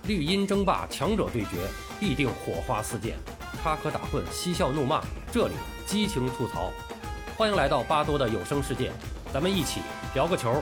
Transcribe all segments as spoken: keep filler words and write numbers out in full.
绿茵争霸，强者对决，必定火花四溅，插科打诨，嬉笑怒骂，这里激情吐槽。欢迎来到巴多的有声世界，咱们一起聊个球。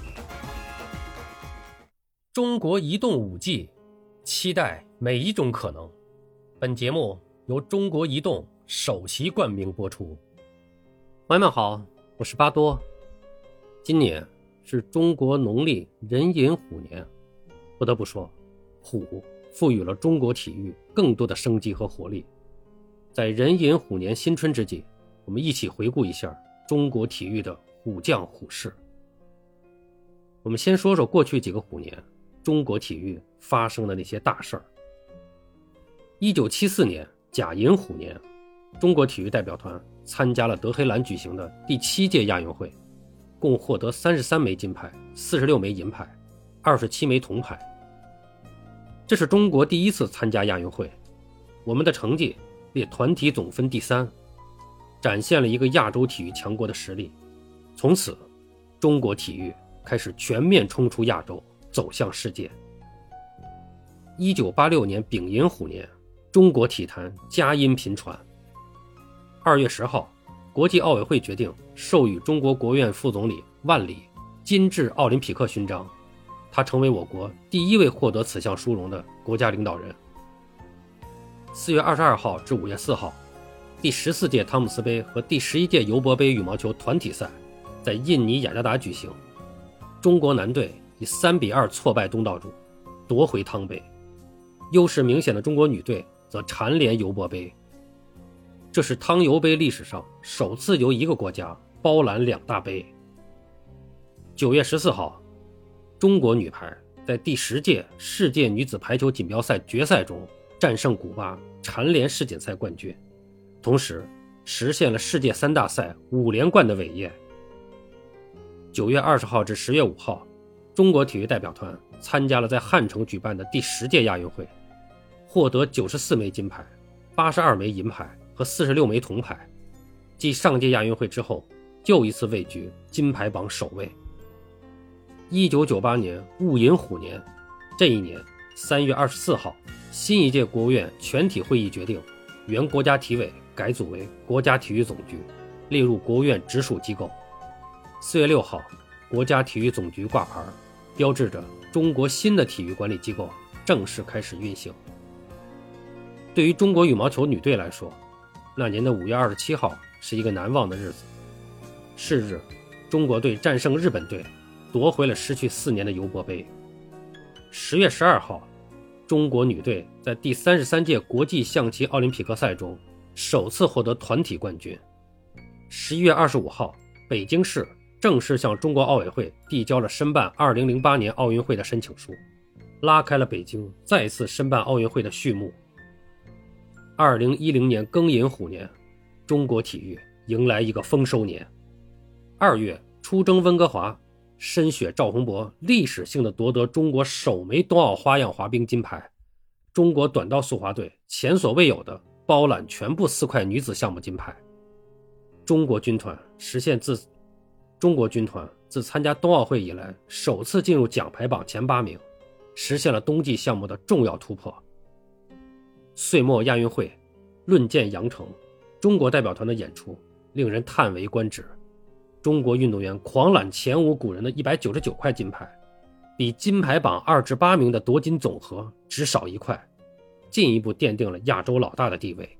中国移动 五 G， 期待每一种可能。本节目由中国移动首席冠名播出。朋友们好，我是巴多。今年是中国农历壬寅虎年，不得不说，虎赋予了中国体育更多的生机和活力。在壬寅虎年新春之际，我们一起回顾一下中国体育的虎将虎势。我们先说说过去几个虎年中国体育发生的那些大事儿。一九七四年甲寅虎年，中国体育代表团参加了德黑兰举行的第七届亚运会，共获得三十三枚金牌、四十六枚银牌、二十七枚铜牌。这是中国第一次参加亚运会，我们的成绩列团体总分第三，展现了一个亚洲体育强国的实力。从此，中国体育开始全面冲出亚洲，走向世界。一九八六年丙寅虎年，中国体坛佳音频传。二月十号，国际奥委会决定授予中国国务院副总理万里金质奥林匹克勋章，他成为我国第一位获得此项殊荣的国家领导人。四月二十二号至五月四号，第十四届汤姆斯杯和第十一届尤伯杯羽毛球团体赛在印尼雅加达举行，中国男队以三比二挫败东道主，夺回汤杯。优势明显的中国女队则蝉联尤伯杯。这是汤尤杯历史上首次由一个国家包揽两大杯。九月十四号，中国女排在第十届世界女子排球锦标赛决赛中战胜古巴，蝉联世锦赛冠军，同时实现了世界三大赛五连冠的伟业。九月二十号至十月五号，中国体育代表团参加了在汉城举办的第十届亚运会，获得九十四枚金牌、八十二枚银牌和四十六枚铜牌，继上届亚运会之后又一次位居金牌榜首位。一九九八年戊寅虎年，这一年三月二十四号，新一届国务院全体会议决定原国家体委改组为国家体育总局，列入国务院直属机构。四月六号，国家体育总局挂牌，标志着中国新的体育管理机构正式开始运行。对于中国羽毛球女队来说，那年的五月二十七号是一个难忘的日子。是日，中国队战胜日本队，夺回了失去四年的尤伯杯。十月十二号，中国女队在第三十三届国际象棋奥林匹克赛中首次获得团体冠军。十一月二十五号，北京市正式向中国奥委会递交了申办二零零八年奥运会的申请书，拉开了北京再次申办奥运会的序幕。二零一零年庚寅虎年，中国体育迎来一个丰收年。二月出征温哥华，深雪赵宏博历史性的夺得中国首枚冬奥花样滑冰金牌，中国短道速滑队前所未有的包揽全部四块女子项目金牌。中国军团实现自中国军团自参加冬奥会以来首次进入奖牌榜前八名，实现了冬季项目的重要突破。岁末亚运会论剑扬城，中国代表团的演出令人叹为观止。中国运动员狂揽前无古人的一百九十九块金牌，比金牌榜二至八名的夺金总和只少一块，进一步奠定了亚洲老大的地位。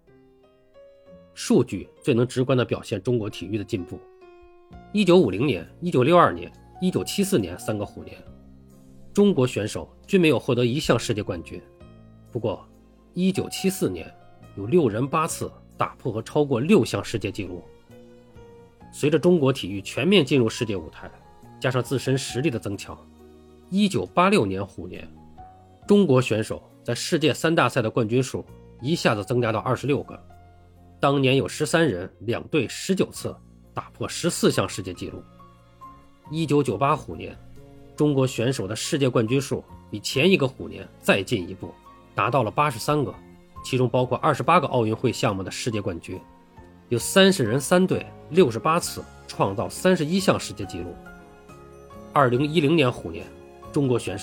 数据最能直观地表现中国体育的进步。一九五零年、一九六二年、一九七四年三个虎年，中国选手均没有获得一项世界冠军。不过一九七四年有六人八次打破和超过六项世界纪录。随着中国体育全面进入世界舞台，加上自身实力的增强，一九八六年虎年，中国选手在世界三大赛的冠军数一下子增加到二十六个。当年有十三人两队十九次打破十四项世界纪录。一九九八虎年，中国选手的世界冠军数比前一个虎年再进一步，达到了八十三个，其中包括二十八个奥运会项目的世界冠军，有三十人三队六十八次创造三十一项世界纪录。二零一零年虎年，中国选手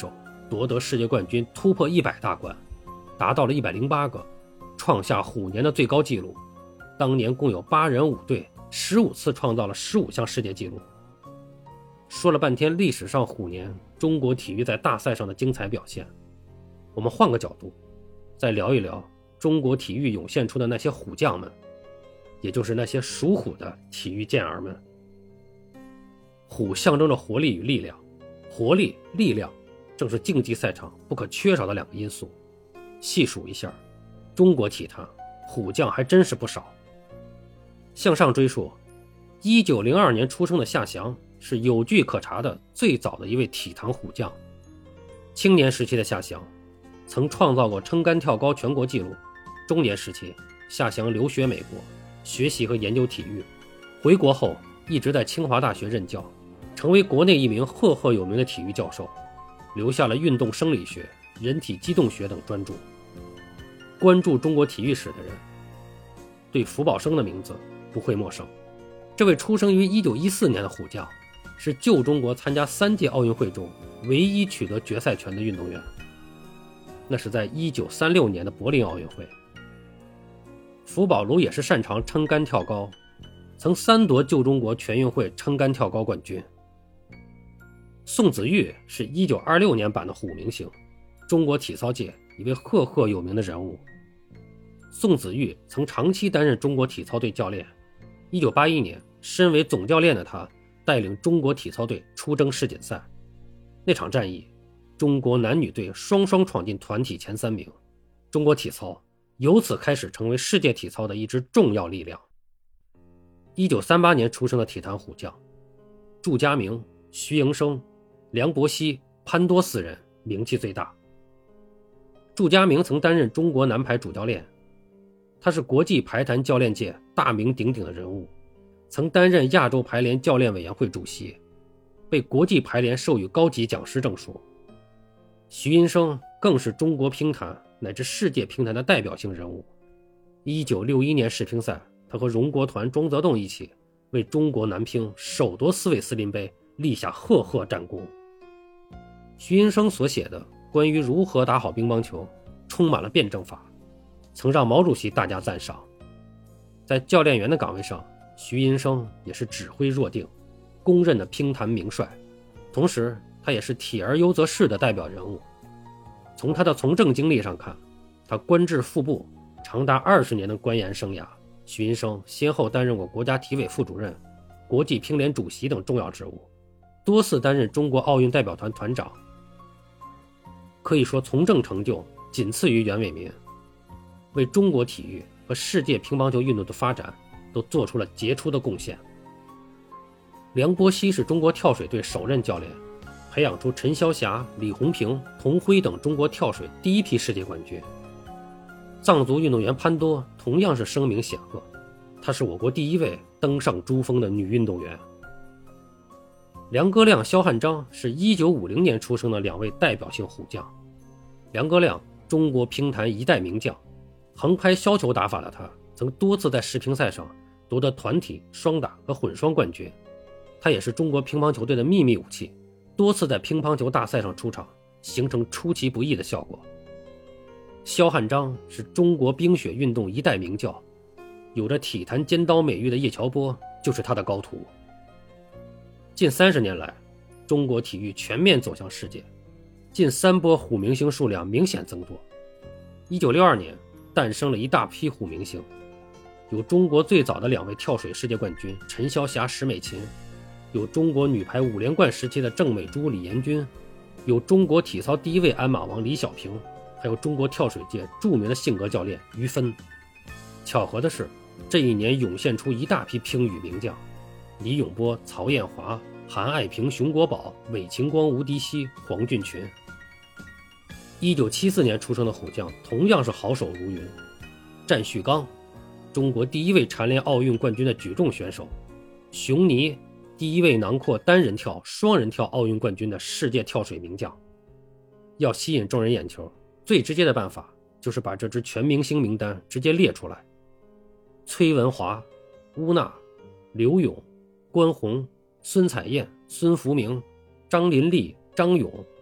夺得世界冠军突破一百大关，达到了一百零八个，创下虎年的最高纪录。当年共有八人五队，十五次创造了十五项世界纪录。说了半天历史上虎年中国体育在大赛上的精彩表现，我们换个角度，再聊一聊中国体育涌现出的那些虎将们，也就是那些属虎的体育健儿们。虎象征着活力与力量，活力、力量正是竞技赛场不可缺少的两个因素。细数一下，中国体坛虎将还真是不少。向上追溯，一九零二年出生的夏翔是有据可查的最早的一位体坛虎将。青年时期的夏翔曾创造过撑杆跳高全国纪录，中年时期夏翔留学美国，学习和研究体育，回国后一直在清华大学任教，成为国内一名赫赫有名的体育教授，留下了运动生理学、人体机动学等专著。关注中国体育史的人对福宝生的名字不会陌生。这位出生于一九一四年的虎将是旧中国参加三届奥运会中唯一取得决赛权的运动员，那是在一九三六年的柏林奥运会。福宝卢也是擅长撑杆跳高，曾三夺旧中国全运会撑杆跳高冠军。宋子玉是一九二六年版的虎明星，中国体操界一位赫赫有名的人物。宋子玉曾长期担任中国体操队教练，一九八一年身为总教练的他带领中国体操队出征世锦赛，那场战役中国男女队双双闯进团体前三名，中国体操由此开始成为世界体操的一支重要力量。一九三八年出生的体坛虎将祝家明、徐迎生、梁伯希、潘多四人名气最大。祝家明曾担任中国男排主教练，他是国际排坛教练界大名鼎鼎的人物，曾担任亚洲排联教练委员会主席，被国际排联授予高级讲师证书。徐寅生更是中国乒坛乃至世界乒坛的代表性人物。一九六一年世乒赛，他和荣国团、庄则栋一起为中国男乒首夺斯韦斯林杯立下赫赫战功。徐寅生所写的关于如何打好乒乓球充满了辩证法，曾让毛主席大加赞赏。在教练员的岗位上，徐寅生也是指挥若定，公认的乒坛名帅，同时他也是体而优则仕的代表人物。从他的从政经历上看，他官至副部长达二十年的官员生涯，徐寅生先后担任过国家体委副主任、国际乒联主席等重要职务，多次担任中国奥运代表团团长。可以说从政成就仅次于袁伟民，为中国体育和世界乒乓球运动的发展都做出了杰出的贡献。梁伯希是中国跳水队首任教练，培养出陈潇霞、李红平、童辉等中国跳水第一批世界冠军。藏族运动员潘多同样是声名显赫，她是我国第一位登上珠峰的女运动员。梁歌亮、肖汉章是一九五零年出生的两位代表性虎将。梁歌亮，中国乒坛一代名将，横拍削球打法的他曾多次在世乒赛上夺得团体、双打和混双冠军。他也是中国乒乓球队的秘密武器，多次在乒乓球大赛上出场，形成出其不意的效果。肖汉章是中国冰雪运动一代名将，有着体坛尖刀美誉的叶乔波就是他的高徒。近三十年来，中国体育全面走向世界，近三波虎明星数量明显增多。一九六二年诞生了一大批虎明星，有中国最早的两位跳水世界冠军陈潇霞、石美琴，有中国女排五连冠时期的郑美珠、李延军，有中国体操第一位鞍马王李小平，还有中国跳水界著名的性格教练于芬。巧合的是，这一年涌现出一大批乒羽名将，李永波、曹艳华、韩爱萍、熊国宝、韦晴光、吴迪希、黄俊群。一九七四年出生的虎将同样是好手如云，战旭刚，中国第一位蝉联奥运冠军的举重选手；熊妮，第一位囊括单人跳、双人跳奥运冠军的世界跳水名将。要吸引众人眼球，最直接的办法就是把这支全明星名单直接列出来。崔文华、乌娜、刘勇、关宏、孙彩燕、孙福明、张林丽、张勇、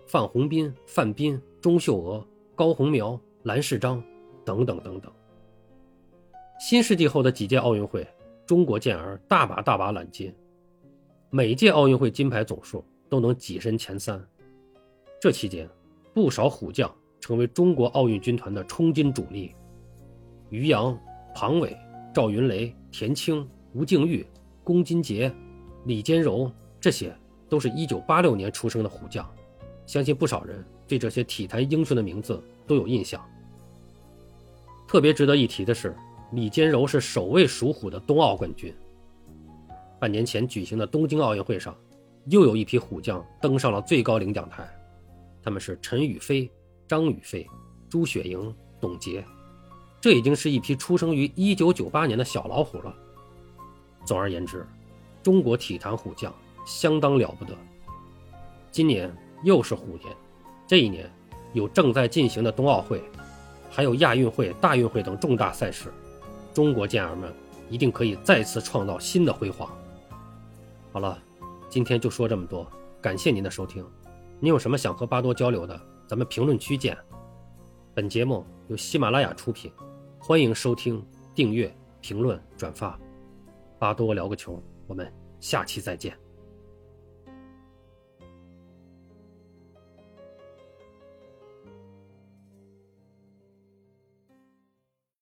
范宏斌、范斌、钟秀娥、高洪苗、蓝世章等等等等。新世纪后的几届奥运会，中国健儿大把大把揽金，每届奥运会金牌总数都能跻身前三。这期间，不少虎将成为中国奥运军团的冲金主力，于洋、庞伟、赵云雷、田青、吴敬玉、龚金杰、李坚柔，这些都是一九八六年出生的虎将，相信不少人对这些体坛英雄的名字都有印象。特别值得一提的是，李坚柔是首位属虎的冬奥冠军。半年前举行的东京奥运会上，又有一批虎将登上了最高领奖台，他们是陈雨菲、张雨霏、朱雪莹、董洁，这已经是一批出生于一九九八年的小老虎了。总而言之，中国体坛虎将相当了不得。今年又是虎年，这一年有正在进行的冬奥会，还有亚运会、大运会等重大赛事，中国健儿们一定可以再次创造新的辉煌。好了，今天就说这么多，感谢您的收听。您有什么想和巴多交流的，咱们评论区见。本节目由喜马拉雅出品，欢迎收听、订阅、评论、转发。巴多聊个球，我们下期再见。